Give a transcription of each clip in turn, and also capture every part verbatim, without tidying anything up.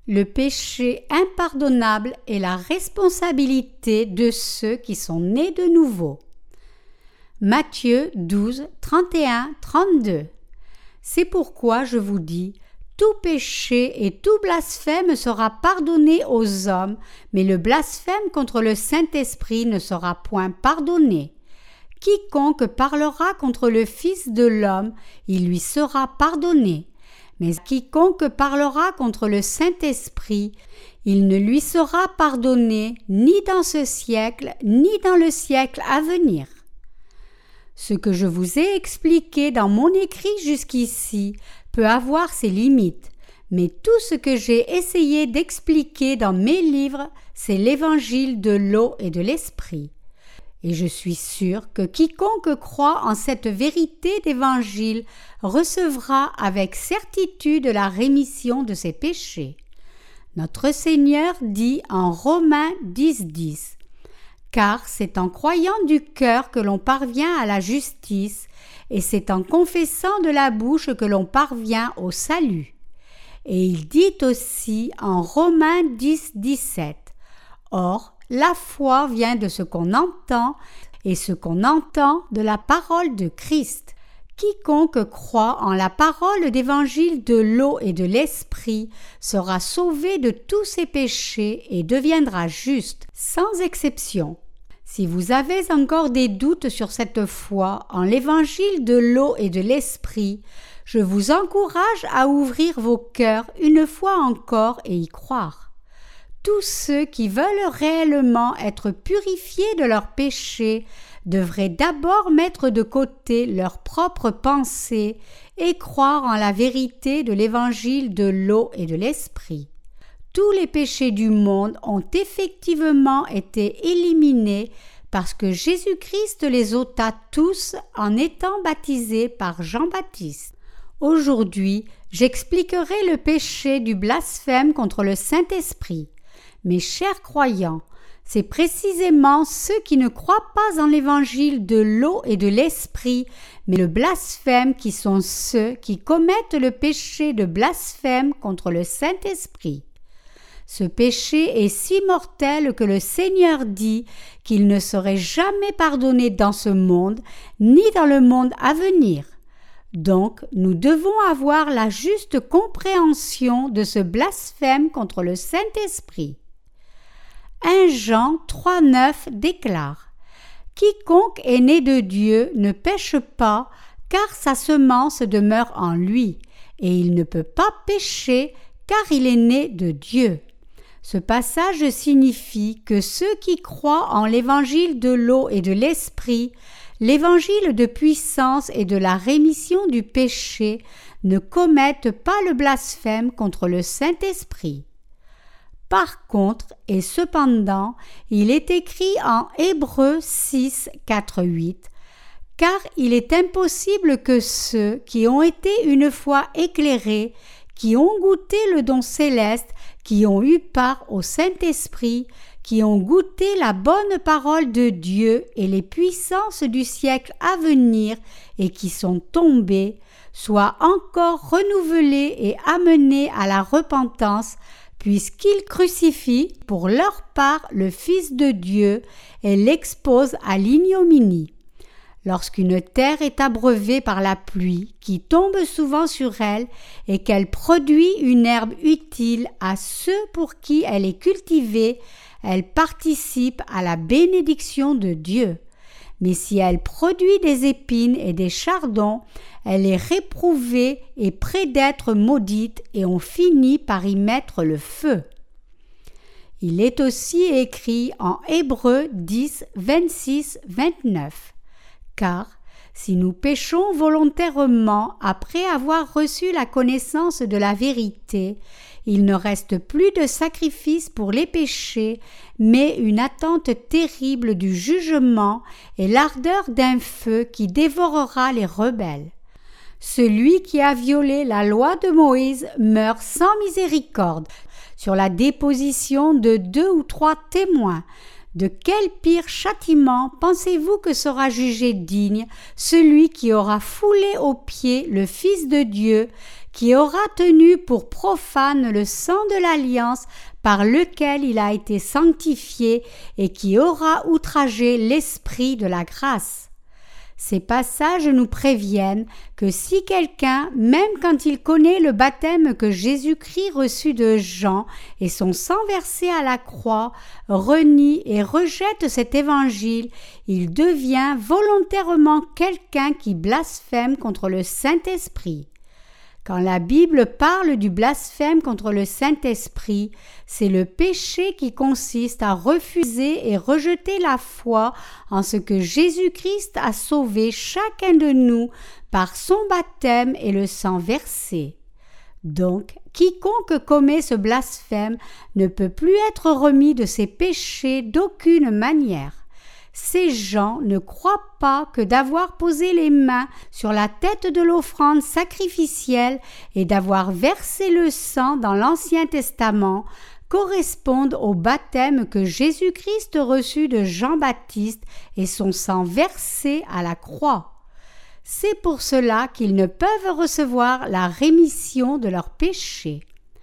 Le péché impardonnable est la responsabilité de ceux qui sont nés de nouveau. Matthieu douze, trente et un à trente-deux. C'est pourquoi je vous dis, tout péché et tout blasphème sera pardonné aux hommes, mais le blasphème contre le Saint-Esprit ne sera point pardonné. Quiconque parlera contre le Fils de l'homme, il lui sera pardonné. Mais quiconque parlera contre le Saint-Esprit, il ne lui sera pardonné ni dans ce siècle, ni dans le siècle à venir. Ce que je vous ai expliqué dans mon écrit jusqu'ici peut avoir ses limites, mais tout ce que j'ai essayé d'expliquer dans mes livres, c'est l'évangile de l'eau et de l'esprit. Et je suis sûr que quiconque croit en cette vérité d'évangile recevra avec certitude la rémission de ses péchés. Notre Seigneur dit en Romains dix, dix, « Car c'est en croyant du cœur que l'on parvient à la justice, et c'est en confessant de la bouche que l'on parvient au salut. » Et il dit aussi en Romains dix, dix-sept, « Or, la foi vient de ce qu'on entend, et ce qu'on entend de la parole de Christ. Quiconque croit en la parole d'évangile de l'eau et de l'esprit sera sauvé de tous ses péchés et deviendra juste, sans exception. Si vous avez encore des doutes sur cette foi en l'évangile de l'eau et de l'esprit, je vous encourage à ouvrir vos cœurs une fois encore et y croire. Tous ceux qui veulent réellement être purifiés de leurs péchés devraient d'abord mettre de côté leurs propres pensées et croire en la vérité de l'évangile de l'eau et de l'esprit. Tous les péchés du monde ont effectivement été éliminés parce que Jésus-Christ les ôta tous en étant baptisé par Jean-Baptiste. Aujourd'hui, j'expliquerai le péché du blasphème contre le Saint-Esprit. Mes chers croyants, c'est précisément ceux qui ne croient pas en l'évangile de l'eau et de l'esprit, mais le blasphème qui sont ceux qui commettent le péché de blasphème contre le Saint-Esprit. Ce péché est si mortel que le Seigneur dit qu'il ne serait jamais pardonné dans ce monde, ni dans le monde à venir. Donc, nous devons avoir la juste compréhension de ce blasphème contre le Saint-Esprit. premier Jean trois, neuf déclare « Quiconque est né de Dieu ne pêche pas, car sa semence demeure en lui, et il ne peut pas pécher, car il est né de Dieu. » Ce passage signifie que ceux qui croient en l'évangile de l'eau et de l'esprit, l'évangile de puissance et de la rémission du péché, ne commettent pas le blasphème contre le Saint-Esprit. Par contre, et cependant, il est écrit en Hébreux six, quatre, huit, « Car il est impossible que ceux qui ont été une fois éclairés, qui ont goûté le don céleste, qui ont eu part au Saint-Esprit, qui ont goûté la bonne parole de Dieu et les puissances du siècle à venir et qui sont tombés, soient encore renouvelés et amenés à la repentance, puisqu'ils crucifient pour leur part le Fils de Dieu et l'exposent à l'ignominie. Lorsqu'une terre est abreuvée par la pluie, qui tombe souvent sur elle, et qu'elle produit une herbe utile à ceux pour qui elle est cultivée, elle participe à la bénédiction de Dieu. Mais si elle produit des épines et des chardons, elle est réprouvée et près d'être maudite, et on finit par y mettre le feu. Il est aussi écrit en Hébreux dix, vingt-six, vingt-neuf. Car si nous péchons volontairement après avoir reçu la connaissance de la vérité, il ne reste plus de sacrifice pour les péchés, mais une attente terrible du jugement et l'ardeur d'un feu qui dévorera les rebelles. Celui qui a violé la loi de Moïse meurt sans miséricorde, sur la déposition de deux ou trois témoins. De quel pire châtiment pensez-vous que sera jugé digne celui qui aura foulé aux pieds le Fils de Dieu, qui aura tenu pour profane le sang de l'alliance par lequel il a été sanctifié et qui aura outragé l'esprit de la grâce. Ces passages nous préviennent que si quelqu'un, même quand il connaît le baptême que Jésus-Christ reçut de Jean et son sang versé à la croix, renie et rejette cet évangile, il devient volontairement quelqu'un qui blasphème contre le Saint-Esprit. Quand la Bible parle du blasphème contre le Saint-Esprit, c'est le péché qui consiste à refuser et rejeter la foi en ce que Jésus-Christ a sauvé chacun de nous par son baptême et le sang versé. Donc, quiconque commet ce blasphème ne peut plus être remis de ses péchés d'aucune manière. Ces gens ne croient pas que d'avoir posé les mains sur la tête de l'offrande sacrificielle et d'avoir versé le sang dans l'Ancien Testament correspondent au baptême que Jésus-Christ reçut de Jean-Baptiste et son sang versé à la croix. C'est pour cela qu'ils ne peuvent recevoir la rémission de leurs péchés.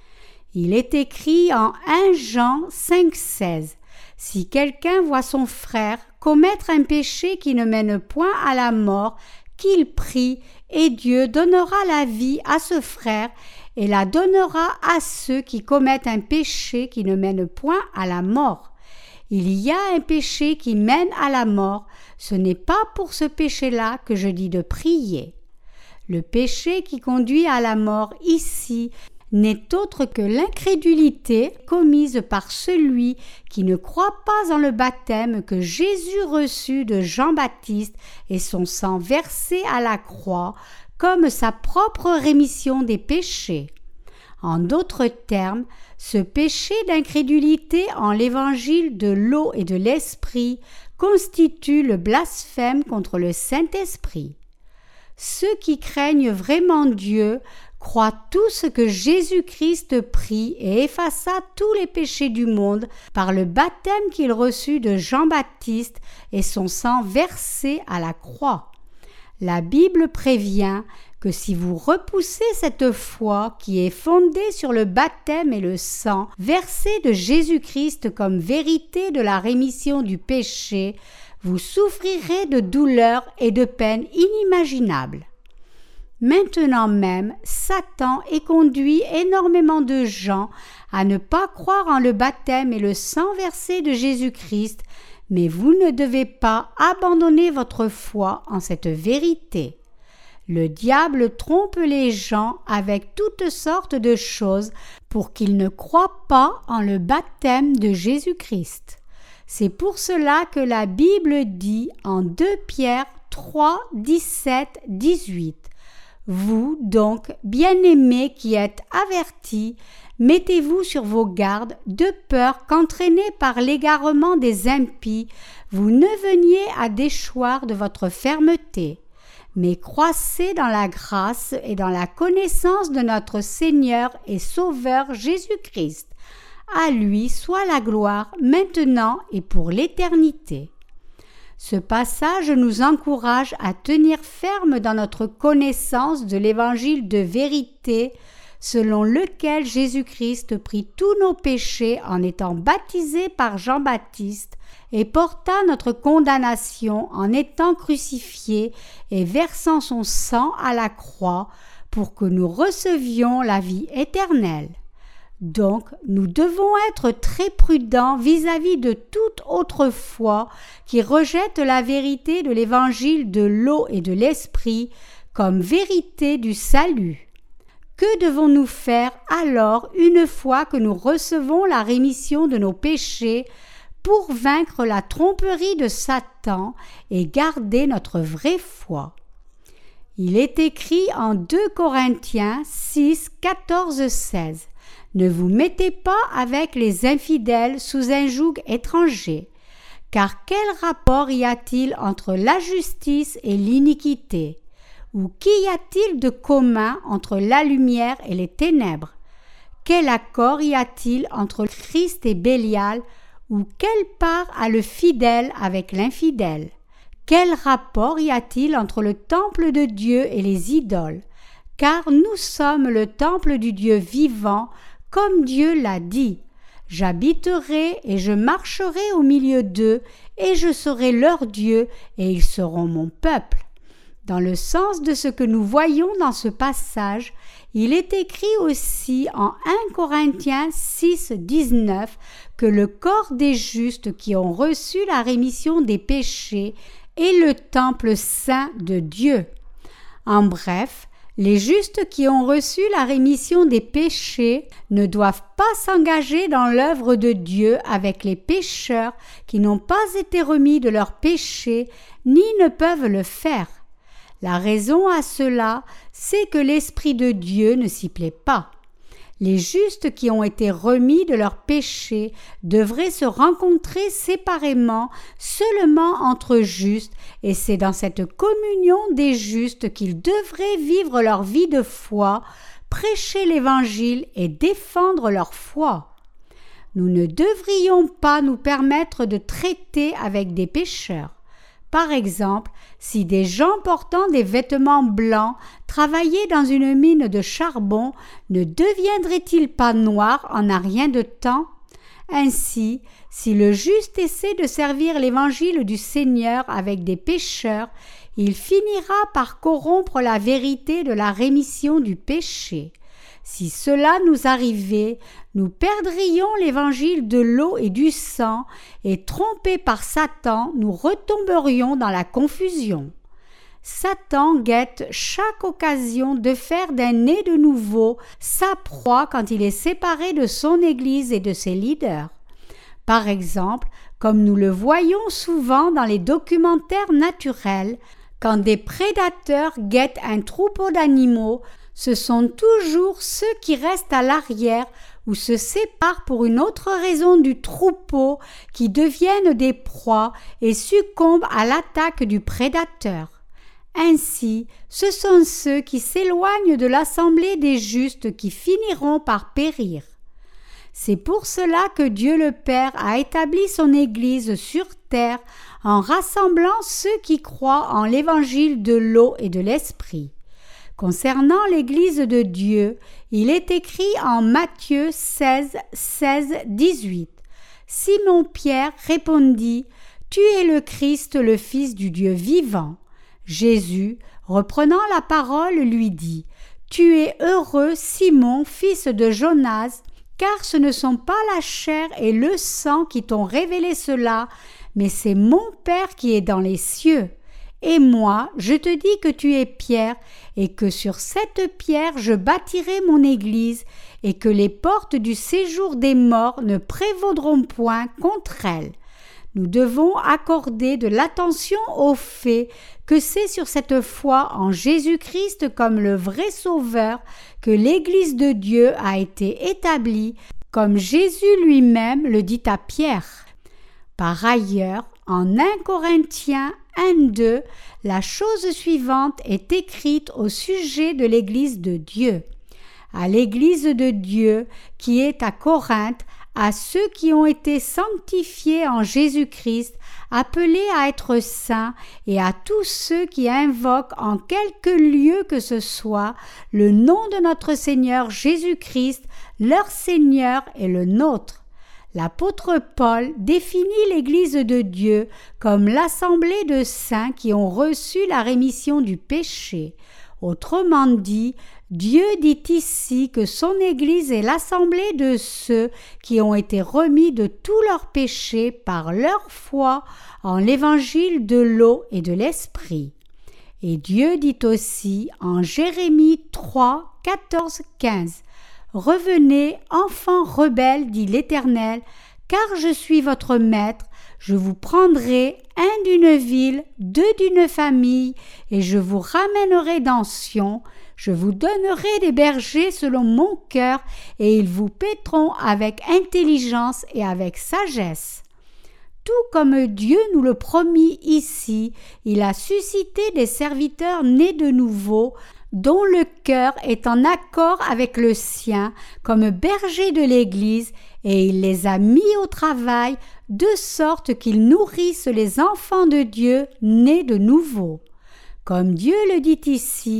Il est écrit en premier Jean cinq seize. Si quelqu'un voit son frère commettre un péché qui ne mène point à la mort, qu'il prie, et Dieu donnera la vie à ce frère et la donnera à ceux qui commettent un péché qui ne mène point à la mort. Il y a un péché qui mène à la mort, ce n'est pas pour ce péché-là que je dis de prier. Le péché qui conduit à la mort ici n'est autre que l'incrédulité commise par celui qui ne croit pas en le baptême que Jésus reçut de Jean-Baptiste et son sang versé à la croix comme sa propre rémission des péchés. En d'autres termes, ce péché d'incrédulité en l'évangile de l'eau et de l'esprit constitue le blasphème contre le Saint-Esprit. Ceux qui craignent vraiment Dieu croient tous que Jésus-Christ prit et effaça tous les péchés du monde par le baptême qu'il reçut de Jean-Baptiste et son sang versé à la croix. La Bible prévient que si vous repoussez cette foi qui est fondée sur le baptême et le sang versé de Jésus-Christ comme vérité de la rémission du péché, vous souffrirez de douleurs et de peines inimaginables. Maintenant même, Satan conduit énormément de gens à ne pas croire en le baptême et le sang versé de Jésus-Christ, mais vous ne devez pas abandonner votre foi en cette vérité. Le diable trompe les gens avec toutes sortes de choses pour qu'ils ne croient pas en le baptême de Jésus-Christ. C'est pour cela que la Bible dit en deux Pierre trois, dix-sept, dix-huit. Vous, donc, bien-aimés qui êtes avertis, mettez-vous sur vos gardes, de peur qu'entraînés par l'égarement des impies, vous ne veniez à déchoir de votre fermeté, mais croissez dans la grâce et dans la connaissance de notre Seigneur et Sauveur Jésus-Christ. À lui soit la gloire, maintenant et pour l'éternité. Ce passage nous encourage à tenir ferme dans notre connaissance de l'évangile de vérité, selon lequel Jésus-Christ prit tous nos péchés en étant baptisé par Jean-Baptiste et porta notre condamnation en étant crucifié et versant son sang à la croix pour que nous recevions la vie éternelle. Donc, nous devons être très prudents vis-à-vis de toute autre foi qui rejette la vérité de l'évangile de l'eau et de l'esprit comme vérité du salut. Que devons-nous faire alors une fois que nous recevons la rémission de nos péchés pour vaincre la tromperie de Satan et garder notre vraie foi? Il est écrit en deux Corinthiens six, quatorze, seize. Ne vous mettez pas avec les infidèles sous un joug étranger, car quel rapport y a-t-il entre la justice et l'iniquité? Ou qu'y a-t-il de commun entre la lumière et les ténèbres? Quel accord y a-t-il entre Christ et Bélial? Ou quelle part a le fidèle avec l'infidèle? Quel rapport y a-t-il entre le temple de Dieu et les idoles? car nous sommes le temple du Dieu vivant, comme Dieu l'a dit. J'habiterai et je marcherai au milieu d'eux, et je serai leur Dieu, et ils seront mon peuple. Dans le sens de ce que nous voyons dans ce passage, il est écrit aussi en un Corinthiens six, dix-neuf que le corps des justes qui ont reçu la rémission des péchés est le temple saint de Dieu. En bref, les justes qui ont reçu la rémission des péchés ne doivent pas s'engager dans l'œuvre de Dieu avec les pécheurs qui n'ont pas été remis de leurs péchés ni ne peuvent le faire. La raison à cela, c'est que l'Esprit de Dieu ne s'y plaît pas. Les justes qui ont été remis de leurs péchés devraient se rencontrer séparément seulement entre justes, et c'est dans cette communion des justes qu'ils devraient vivre leur vie de foi, prêcher l'Évangile et défendre leur foi. Nous ne devrions pas nous permettre de traiter avec des pécheurs. Par exemple, si des gens portant des vêtements blancs travaillaient dans une mine de charbon, ne deviendraient-ils pas noirs en un rien de temps? Ainsi, si le juste essaie de servir l'évangile du Seigneur avec des pécheurs, il finira par corrompre la vérité de la rémission du péché. Si cela nous arrivait, nous perdrions l'évangile de l'eau et du sang, et trompés par Satan, nous retomberions dans la confusion. Satan guette chaque occasion de faire d'un né de nouveau sa proie quand il est séparé de son Église et de ses leaders. Par exemple, comme nous le voyons souvent dans les documentaires naturels, quand des prédateurs guettent un troupeau d'animaux, ce sont toujours ceux qui restent à l'arrière ou se séparent pour une autre raison du troupeau qui deviennent des proies et succombent à l'attaque du prédateur. Ainsi, ce sont ceux qui s'éloignent de l'assemblée des justes qui finiront par périr. C'est pour cela que Dieu le Père a établi son Église sur terre en rassemblant ceux qui croient en l'évangile de l'eau et de l'esprit. Concernant l'Église de Dieu, il est écrit en Matthieu seize, seize, dix-huit. Simon-Pierre répondit « Tu es le Christ, le Fils du Dieu vivant. » Jésus, reprenant la parole, lui dit « Tu es heureux, Simon, fils de Jonas, car ce ne sont pas la chair et le sang qui t'ont révélé cela, mais c'est mon Père qui est dans les cieux. Et moi, je te dis que tu es Pierre, et que sur cette pierre je bâtirai mon Église, et que les portes du séjour des morts ne prévaudront point contre elle. » Nous devons accorder de l'attention au fait que c'est sur cette foi en Jésus-Christ comme le vrai Sauveur que l'Église de Dieu a été établie, comme Jésus lui-même le dit à Pierre. Par ailleurs, en un Corinthiens un, deux, la chose suivante est écrite au sujet de l'Église de Dieu. À l'Église de Dieu qui est à Corinthe, à ceux qui ont été sanctifiés en Jésus-Christ, appelés à être saints, et à tous ceux qui invoquent en quelque lieu que ce soit le nom de notre Seigneur Jésus-Christ, leur Seigneur et le nôtre. L'apôtre Paul définit l'Église de Dieu comme l'assemblée de saints qui ont reçu la rémission du péché. Autrement dit, Dieu dit ici que son Église est l'assemblée de ceux qui ont été remis de tous leurs péchés par leur foi en l'évangile de l'eau et de l'esprit. Et Dieu dit aussi en Jérémie trois, quatorze, quinze, « Revenez, enfants rebelles, dit l'Éternel, car je suis votre maître, je vous prendrai un d'une ville, deux d'une famille, et je vous ramènerai dans Sion. Je vous donnerai des bergers selon mon cœur, et ils vous paîtront avec intelligence et avec sagesse. » Tout comme Dieu nous le promit ici, il a suscité des serviteurs nés de nouveau, dont le cœur est en accord avec le sien, comme bergers de l'Église, et il les a mis au travail, de sorte qu'ils nourrissent les enfants de Dieu nés de nouveau. Comme Dieu le dit ici,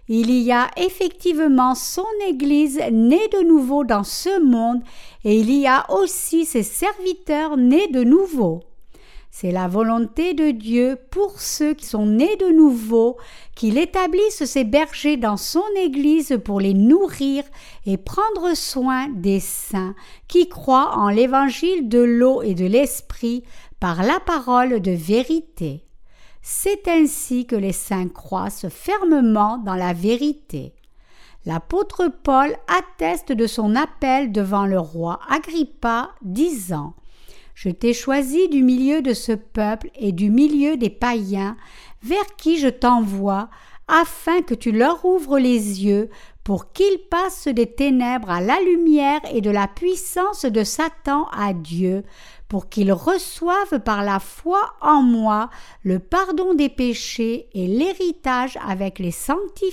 il y a effectivement son Église née de nouveau dans ce monde et il y a aussi ses serviteurs nés de nouveau. C'est la volonté de Dieu pour ceux qui sont nés de nouveau qu'il établisse ses bergers dans son Église pour les nourrir et prendre soin des saints qui croient en l'évangile de l'eau et de l'esprit par la parole de vérité. C'est ainsi que les saints croissent fermement dans la vérité. L'apôtre Paul atteste de son appel devant le roi Agrippa, disant « Je t'ai choisi du milieu de ce peuple et du milieu des païens, vers qui je t'envoie, afin que tu leur ouvres les yeux, pour qu'ils passent des ténèbres à la lumière et de la puissance de Satan à Dieu, pour qu'ils reçoivent par la foi en moi le pardon des péchés et l'héritage avec les sanctifiés. »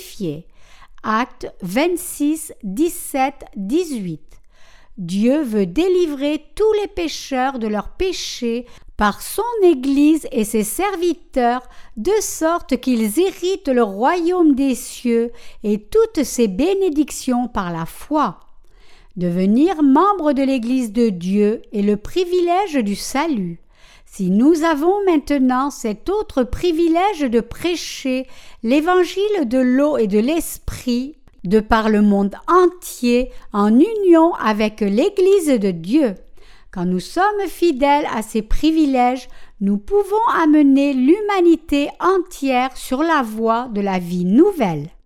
Actes vingt-six, dix-sept, dix-huit. Dieu veut délivrer tous les pécheurs de leurs péchés par son Église et ses serviteurs, de sorte qu'ils héritent le royaume des cieux et toutes ses bénédictions par la foi. Devenir membre de l'Église de Dieu est le privilège du salut. Si nous avons maintenant cet autre privilège de prêcher l'évangile de l'eau et de l'esprit, de par le monde entier, en union avec l'Église de Dieu. Quand nous sommes fidèles à ces privilèges, nous pouvons amener l'humanité entière sur la voie de la vie nouvelle.